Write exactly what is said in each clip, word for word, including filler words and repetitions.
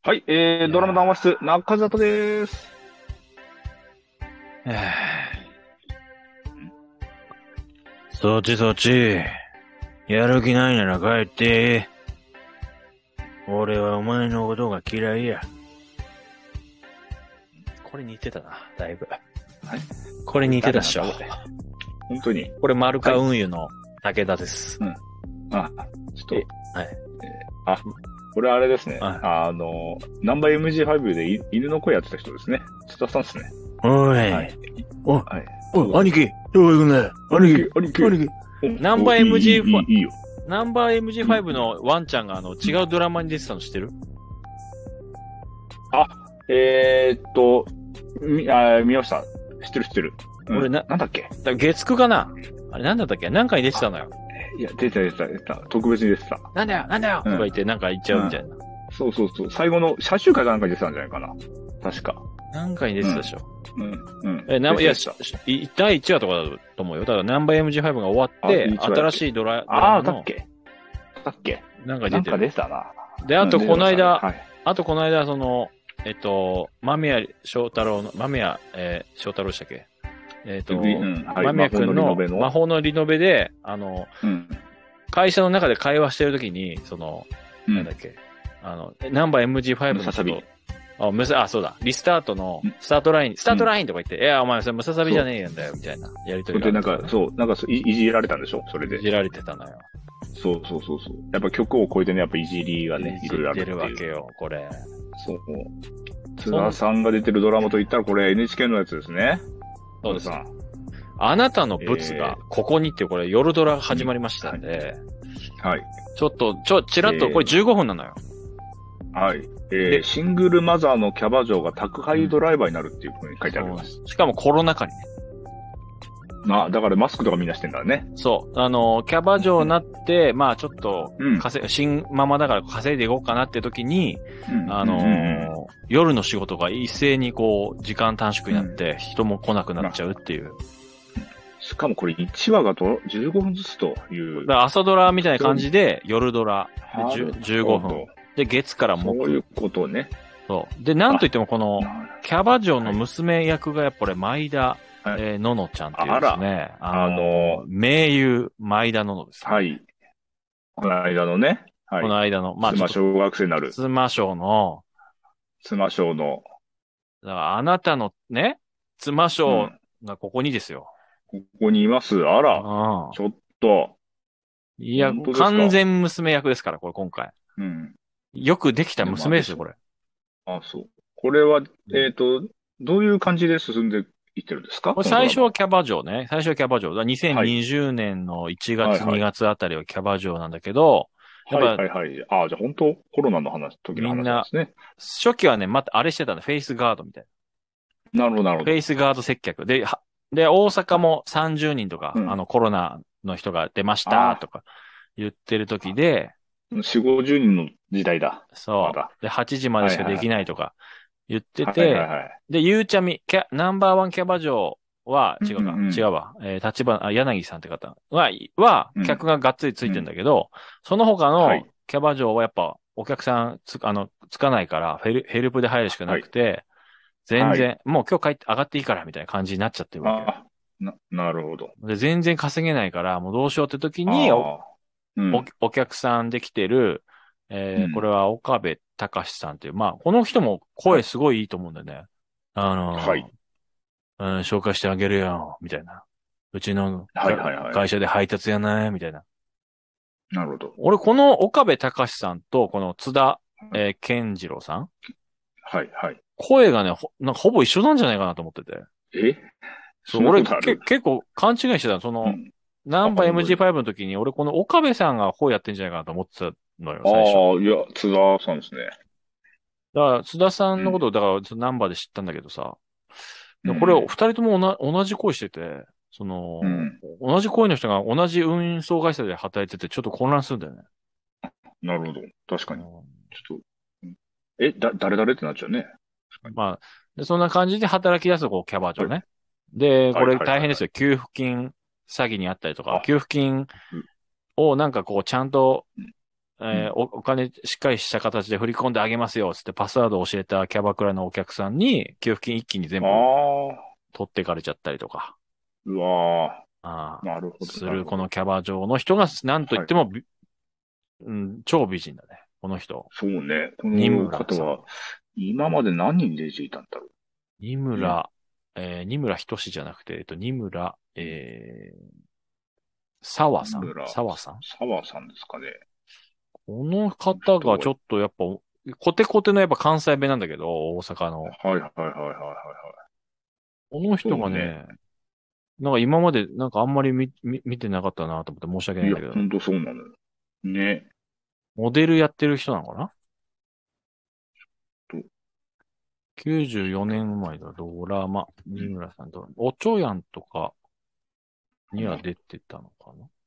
はい、えー、ドラマ談話室、中里でーす。 えーそっちそっち。やる気ないなら帰って。俺はお前のことが嫌いや。これ似てたな、だいぶ。 はい。 これ似てたっしょ。 本当に。 これマルカ運輸の武田です。 はい、うん。あ、ちょっと。はい。 えー、 あ、これあれですね。あの、ナンバー エムジーファイブ で犬の声やってた人ですね。津田さんですね。 おい。はい、お、はい、お、兄貴、どこ行くんだよ。兄貴、兄貴、兄貴。ナンバー エムジーファイブ、いいいいよ。ナンバー エムジーファイブ のワンちゃんがあの違うドラマに出てたの知ってる？ あ、えー、っと、み、あ、見ました。知ってる知ってる。 うん、俺な、 なんだっけ？ だ月九かな？あれなんだったっけ？何回出てたのよ。 いや、出てた出てた出てた。特別に出てた。 なんだよなんだよ、うん、とか言ってなんか言っちゃうみたいな。うん、 そうそうそう。最後の車集会かなんかに出てたんじゃないかな。確か。 何回に出てたでしょ。うん。うん。 え、 な、いや、だいいちわとかだと思うよ。だからナンバー エムジーファイブ が終わって、新しいドラ、 ああ、だっけだっけなんか出てる。なんか出てたな。 で、あとこの間、はい、あとこの間、その、えっと、間宮祥太郎の、間宮、えー、祥太郎でしたっけ？えっと、うんはい、間宮くんの魔法のリノベで、あの、うん、会社の中で会話してるときに、その、うん、なんだっけ、あの、ナンバー エムジーファイブ の人あ、むさ、あ、そうだ。リスタートの、スタートライン、うん、スタートラインとか言って、いや、お前、それムササビじゃねえんだよ、みたいな、やりとりが、 ね。なんか、そう、なんかい、いじられたんでしょそれで。 いじられてたのよ。 そうそうそうそう。やっぱ曲を超えてね、やっぱいじりがね、いろいろあるっていう。 いじってるわけよ、これ。 そう。津田さんが出てるドラマと言ったら、これ エヌエイチケー のやつですね。 そうです。あなたのブツが、ここにっていう、これ、夜ドラが始まりましたんで、 はい。はい、 ちょっと、ちょ、ちらっと、これじゅうごふんなのよ。 はい。えー、シングルマザーのキャバ嬢が宅配ドライバーになるっていうふうに書いてあります。 しかもコロナ禍にね。 あ、だからマスクとかみんなしてんだね。 そう。あの、キャバ嬢になって、うん、まあちょっと、稼、うん、新ママだから稼いでいこうかなって時に、うん、あの、うん、夜の仕事が一斉にこう、時間短縮になって、人も来なくなっちゃうっていう。 しかもこれいちわがとじゅうごふんずつという。 だから朝ドラみたいな感じで、夜ドラでじゅうごふん。で、月から木。 そういうことね。 そう。で、なんといってもこの、キャバ嬢の娘役がやっぱり前田、はい、えー、ののちゃんっていうですね。ああのー、名優、前田ののですね。 はい。この間のね。 はい。この間の、 まあ、妻小学生になる。 妻小の、 妻小の。 だからあなたのね、妻小がここにですよ。 ここにいます。あら。うん、ちょっと。 いや、完全娘役ですから、これ今回。 うん。 よくできた娘ですよ、これ。 あ、そう。これは、えっと、どういう感じで進んでいってるんですか？ これ最初はキャバ嬢ね。最初はキャバ嬢。だにせんにじゅうねんのいちがつ、はい、にがつあたりはキャバ嬢なんだけど、 やっぱはいはいはい。ああ、じゃあ本当コロナの話、時の話ですね。みんな、 初期はね、またあれしてたの、フェイスガードみたいな。なるほど、なるほど。 フェイスガード接客。で、で、大阪もさんじゅうにんとか、うん、あの、コロナの人が出ましたとか言ってる時で、 よんじゅう、ごじゅうにんの時代だ。 そう。ま、で、はちじまでしかできないとか言ってて、はいはいはい、で、ゆうちゃみ、キャ、ナンバーワンキャバ嬢は、違うか、うんうん、違うわ。えー、立花、あ、柳さんって方は、は、客ががっつりついてんだけど、うん、その他のキャバ嬢はやっぱ、お客さんつ、あの、つかないから、フェル、ヘルプで入るしかなくて、はい、全然、はい、もう今日帰って上がっていいからみたいな感じになっちゃってるわけよ。 な、なるほど。 で、全然稼げないから、もうどうしようって時に、お、うん、お、お客さんで来てる、えーうん、これは岡部隆さんっていう、まあ、この人も声すごいいいと思うんだよね。あのー、はい。うん、紹介してあげるよ、みたいな。うちの、はいはいはい、会社で配達やないみたいな。 なるほど。 俺、この岡部隆さんと、この津田、えー、健次郎さん。 はいはい。 声がね、ほ、なんかほぼ一緒なんじゃないかなと思ってて。 えそう、俺、け、結構勘違いしてた。その、うん、ナンバー エムジーファイブ の時に、俺この岡部さんが声やってんじゃないかなと思ってたのよ、最初。 ああ、いや、津田さんですね。 だから、津田さんのことを、だから、ナンバーで知ったんだけどさ、うん、これ、二人とも同じ声してて、その、うん、同じ声の人が同じ運送会社で働いてて、ちょっと混乱するんだよね。 なるほど。確かに。うん、ちょっと、え、だ、誰誰ってなっちゃうね。 まあ、で、そんな感じで働き出す、こう、キャバ嬢ね。はい、で、これ大変ですよ。給付金詐欺にあったりとか、給付金をなんかこう、ちゃんと、 えーお、お金しっかりした形で振り込んであげますよ、つってパスワードを教えたキャバクラのお客さんに、給付金一気に全部取ってかれちゃったりとか。 うわあなるほど。 するこのキャバ嬢の人が、なんといっても、はい、うん、超美人だね、この人。 そうね。この方は、今まで何人レジいたんだろう。 二村、ね、えー、二村仁志じゃなくて、えっと、二村、えー、沢さん沢さん沢さんですかね。 この方がちょっとやっぱ、コテコテのやっぱ関西弁なんだけど、大阪の。 はいはいはいはいはいはい。 この人がね、ねなんか今までなんかあんまり見、見てなかったなと思って申し訳ないんだけど。 いや、ほんとそうなのよ。ね。 モデルやってる人なのかなきゅうじゅうよねん生まれだ、ドラマ、二村さんと、おちょやんとかには出てたのかな。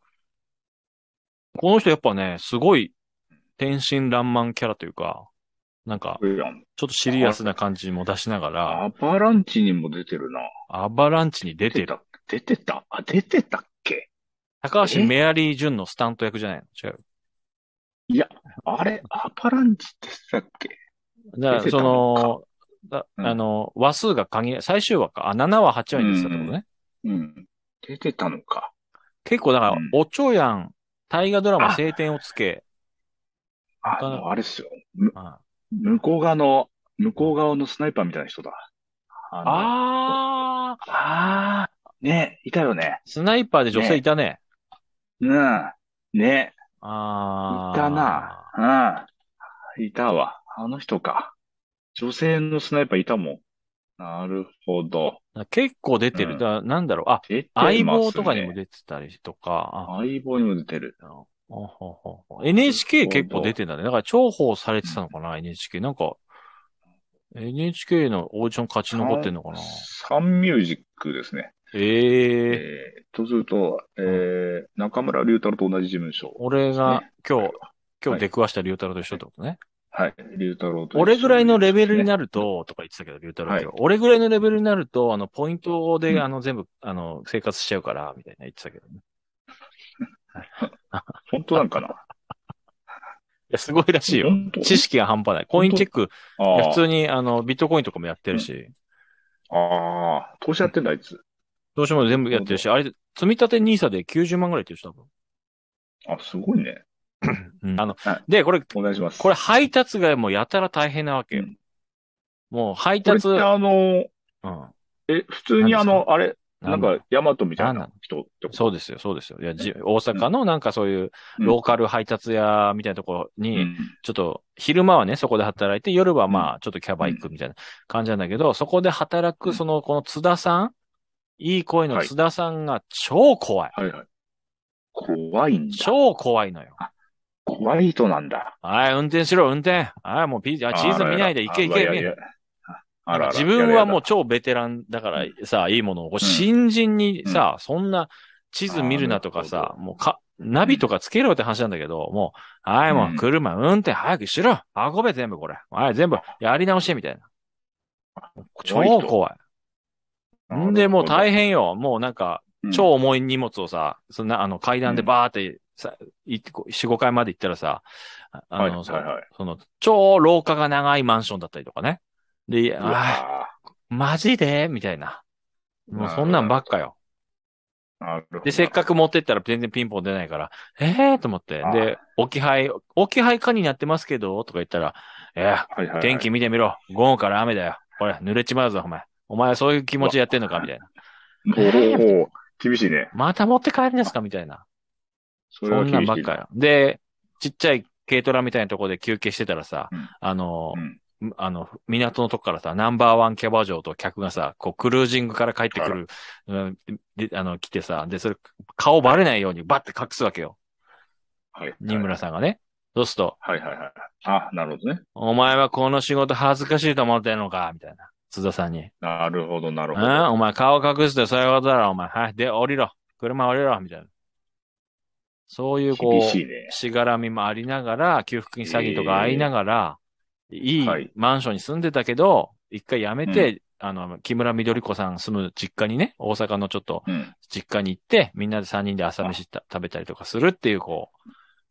この人やっぱね、すごい天真爛漫キャラというか、なんか、ちょっとシリアスな感じも出しながら。 アバランチにも出てるな。 アバランチに出てる。 出てたあ、出てたっけ高橋メアリー・ジュンのスタント役じゃないの違う。 いや、あれ、アバランチって言ってたっけだから、その、だあの、話数が限り、最終話か。あ、ななわ、はちわに出てたってことね。 うん。うん、出てたのか。 結構だから、うん、おちょやん、大河ドラマ晴天をつけ。 あ、あの、あれっすよ。あ向こう側の、向こう側のスナイパーみたいな人だ。 ああああね、いたよね。 スナイパーで女性いたね。 ねうん。ね。 ああ。いたな。うん。いたわ。あの人か。女性のスナイパーいたもん。なるほど。 結構出てる。うん、だなんだろう。あ、ね、相棒とかにも出てたりとか。 相棒にも出てる。 エヌエイチケー 結構出てんだね。だから重宝されてたのかな、うん、エヌエイチケー。なんか、エヌエイチケー のオーディション勝ち残ってんのかな。 サンミュージックですね。 えー、 えー。とすると、えー、うん、中村龍太郎と同じ事務所、ね。 俺が今日、今日出くわした龍太郎と一緒ってことね。 はい。龍太郎と、 ね。俺ぐらいのレベルになると、とか言ってたけど、龍太郎今日、はい。俺ぐらいのレベルになると、あの、ポイントで、うん、あの、全部、あの、生活しちゃうから、みたいな言ってたけどね。 本当なんかないや、すごいらしいよ。知識が半端ない。コインチェック、普通に、あの、ビットコインとかもやってるし。 うん、ああ、投資やってんだ、あいつ。 投資も全部やってるし、あれ、積み立てニーサできゅうじゅうまんぐらいって言う人多分。あ、すごいね。 うん、あの、で、これ、 お願いします。 これ配達がもうやたら大変なわけよ。うん、もう配達。 これってあの、うん。え、普通にあの、あれ、なんか、ヤマトみたいな人ってこと？ そうですよ、そうですよ。いや、じ、大阪のなんかそういう、ローカル配達屋みたいなところに、うん、ちょっと、昼間はね、そこで働いて、夜はまあ、ちょっとキャバ行くみたいな感じなんだけど、そこで働く、その、この津田さん、いい声の津田さんが超怖い。 はいはい。怖いんだ。 超怖いのよ。 怖い人なんだ。 はい、運転しろ、運転。はい、もうピー、あ、地図見ないで、行け行け、行け。あら自分はもう超ベテランだからさ、いいものを、うん、新人にさ、うん、そんな地図見るなとかさ、もうか、ナビとかつけろって話なんだけど、もう、はい、もう車、運転早くしろ運べ全部これ。はい、全部やり直してみたいな。超怖い。んで、もう大変よ。もうなんか、超重い荷物をさ、そんな、あの、階段でバーってさ、行って、よん、ごかいまで行ったらさ、あの、はいはいはい、その、超廊下が長いマンションだったりとかね。で、ああ、マジでみたいな。もうそんなんばっかよ。で、せっかく持ってったら全然ピンポン出ないから、ええー、と思って。で、置き配、置き配可になってますけどとか言ったら、えー、はいはいはい、天気見てみろ。午後から雨だよ。これ、濡れちまうぞ、お前。お前はそういう気持ちやってんのかみたいな。 おー、厳しいね。 また持って帰るんですかみたいな。そんなんばっかよ。で、ちっちゃい軽トラみたいなところで休憩してたらさ、うん、あの、うんあの、港のとこからさ、ナンバーワンキャバ嬢と客がさ、こう、クルージングから帰ってくる、うん、で、あの、来てさ、で、それ、顔バレないようにバッて隠すわけよ。 はい。 二村さんがね。そうすると。 はいはいはい。あ、なるほどね。 お前はこの仕事恥ずかしいと思ってんのかみたいな。津田さんに。 なるほど、なるほど。 うん、お前顔隠してそういうことだろ、お前。はい。で、降りろ。車降りろ、みたいな。そういう、こう、しがらみもありながら、給付金詐欺とかありながら、えー、いいマンションに住んでたけど、一、はい、回辞めて、うん、あの、木村みどり子さん住む実家にね、大阪のちょっと、実家に行って、みんなでさんにんで朝飯、はい、食べたりとかするっていう、こう、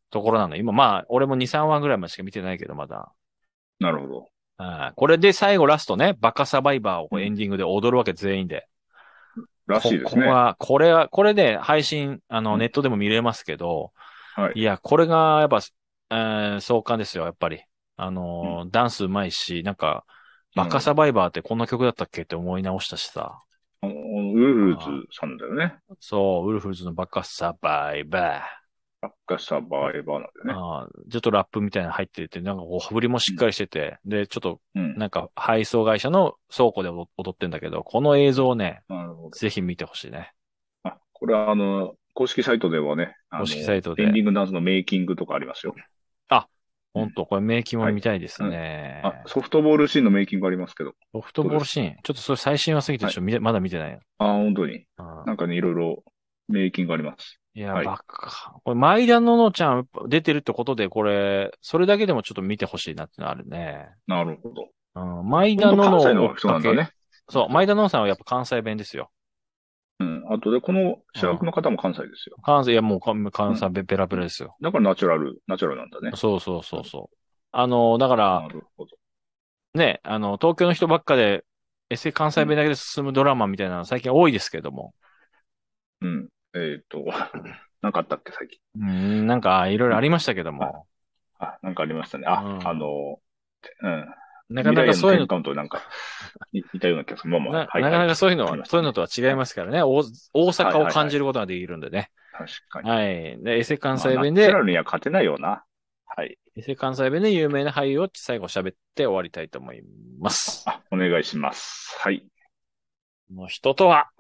ところなの。今、まあ、俺もに、さんわぐらいまでしか見てないけど、まだ。 なるほど。 あこれで最後ラストね、バカサバイバーをエンディングで踊るわけ、全員で。 らしいですね。 ここは、これは、これで配信、あの、ネットでも見れますけど、 はい。 いや、これが、やっぱ、えー、壮観ですよ、やっぱり。あの、うん、ダンスうまいし、なんか、バカサバイバーってこんな曲だったっけって思い直したしさ。 ウルフルズさんだよね。 そう、ウルフルズのバカサバイバー。 バカサバイバーなんだよね。 あちょっとラップみたいなの入ってて、なんかこう、振りもしっかりしてて、うん、で、ちょっと、なんか配送会社の倉庫で踊ってんだけど、この映像をね、ぜひ見てほしいね。 あ、これはあの、公式サイトではね、 公式サイトで。 エンディングダンスのメイキングとかありますよ。 あ、ほんと、これメイキングも見たいですね、 はいうん、あ。ソフトボールシーンのメイキングありますけど。 ソフトボールシーンちょっとそれ最新は過ぎてちょっと見て、はい、まだ見てないよ。 あ、本当に。なんかね、いろいろメイキングあります。 いや、はい、バカ。これ、前田ののちゃん出てるってことで、これ、それだけでもちょっと見てほしいなってのあるね。 なるほど。 うん、前田のの。 関西の人なんだね。 そう、前田ののさんはやっぱ関西弁ですよ。 うん。あとで、この主役の方も関西ですよ。 関西、いやもう関西弁ペラペラですよ、 うん。だからナチュラル、ナチュラルなんだね。 そうそうそうそう。あの、だから、 なるほど。 ね、あの、東京の人ばっかで、エセ関西弁だけで進むドラマみたいなの最近多いですけども。 うん。えっ、ー、と、なんかあったっけ、最近。 うん、なんか、いろいろありましたけども。 あ、あなんかありましたね。あ、うん、あの、うん。 なかなかそういうの。 カウントなんか、似たような気がする。まあまあ、 な、はいはい、なかなかそういうのは、ね、そういうのとは違いますからね。大阪を感じることができるんでね。 はいはいはい、確かに。 はい。で、エセ関西弁で。 ナチュラルには勝てないよな。はい。 エセ関西弁で有名な俳優を最後喋って終わりたいと思います。 あ、お願いします。はい。 の人とは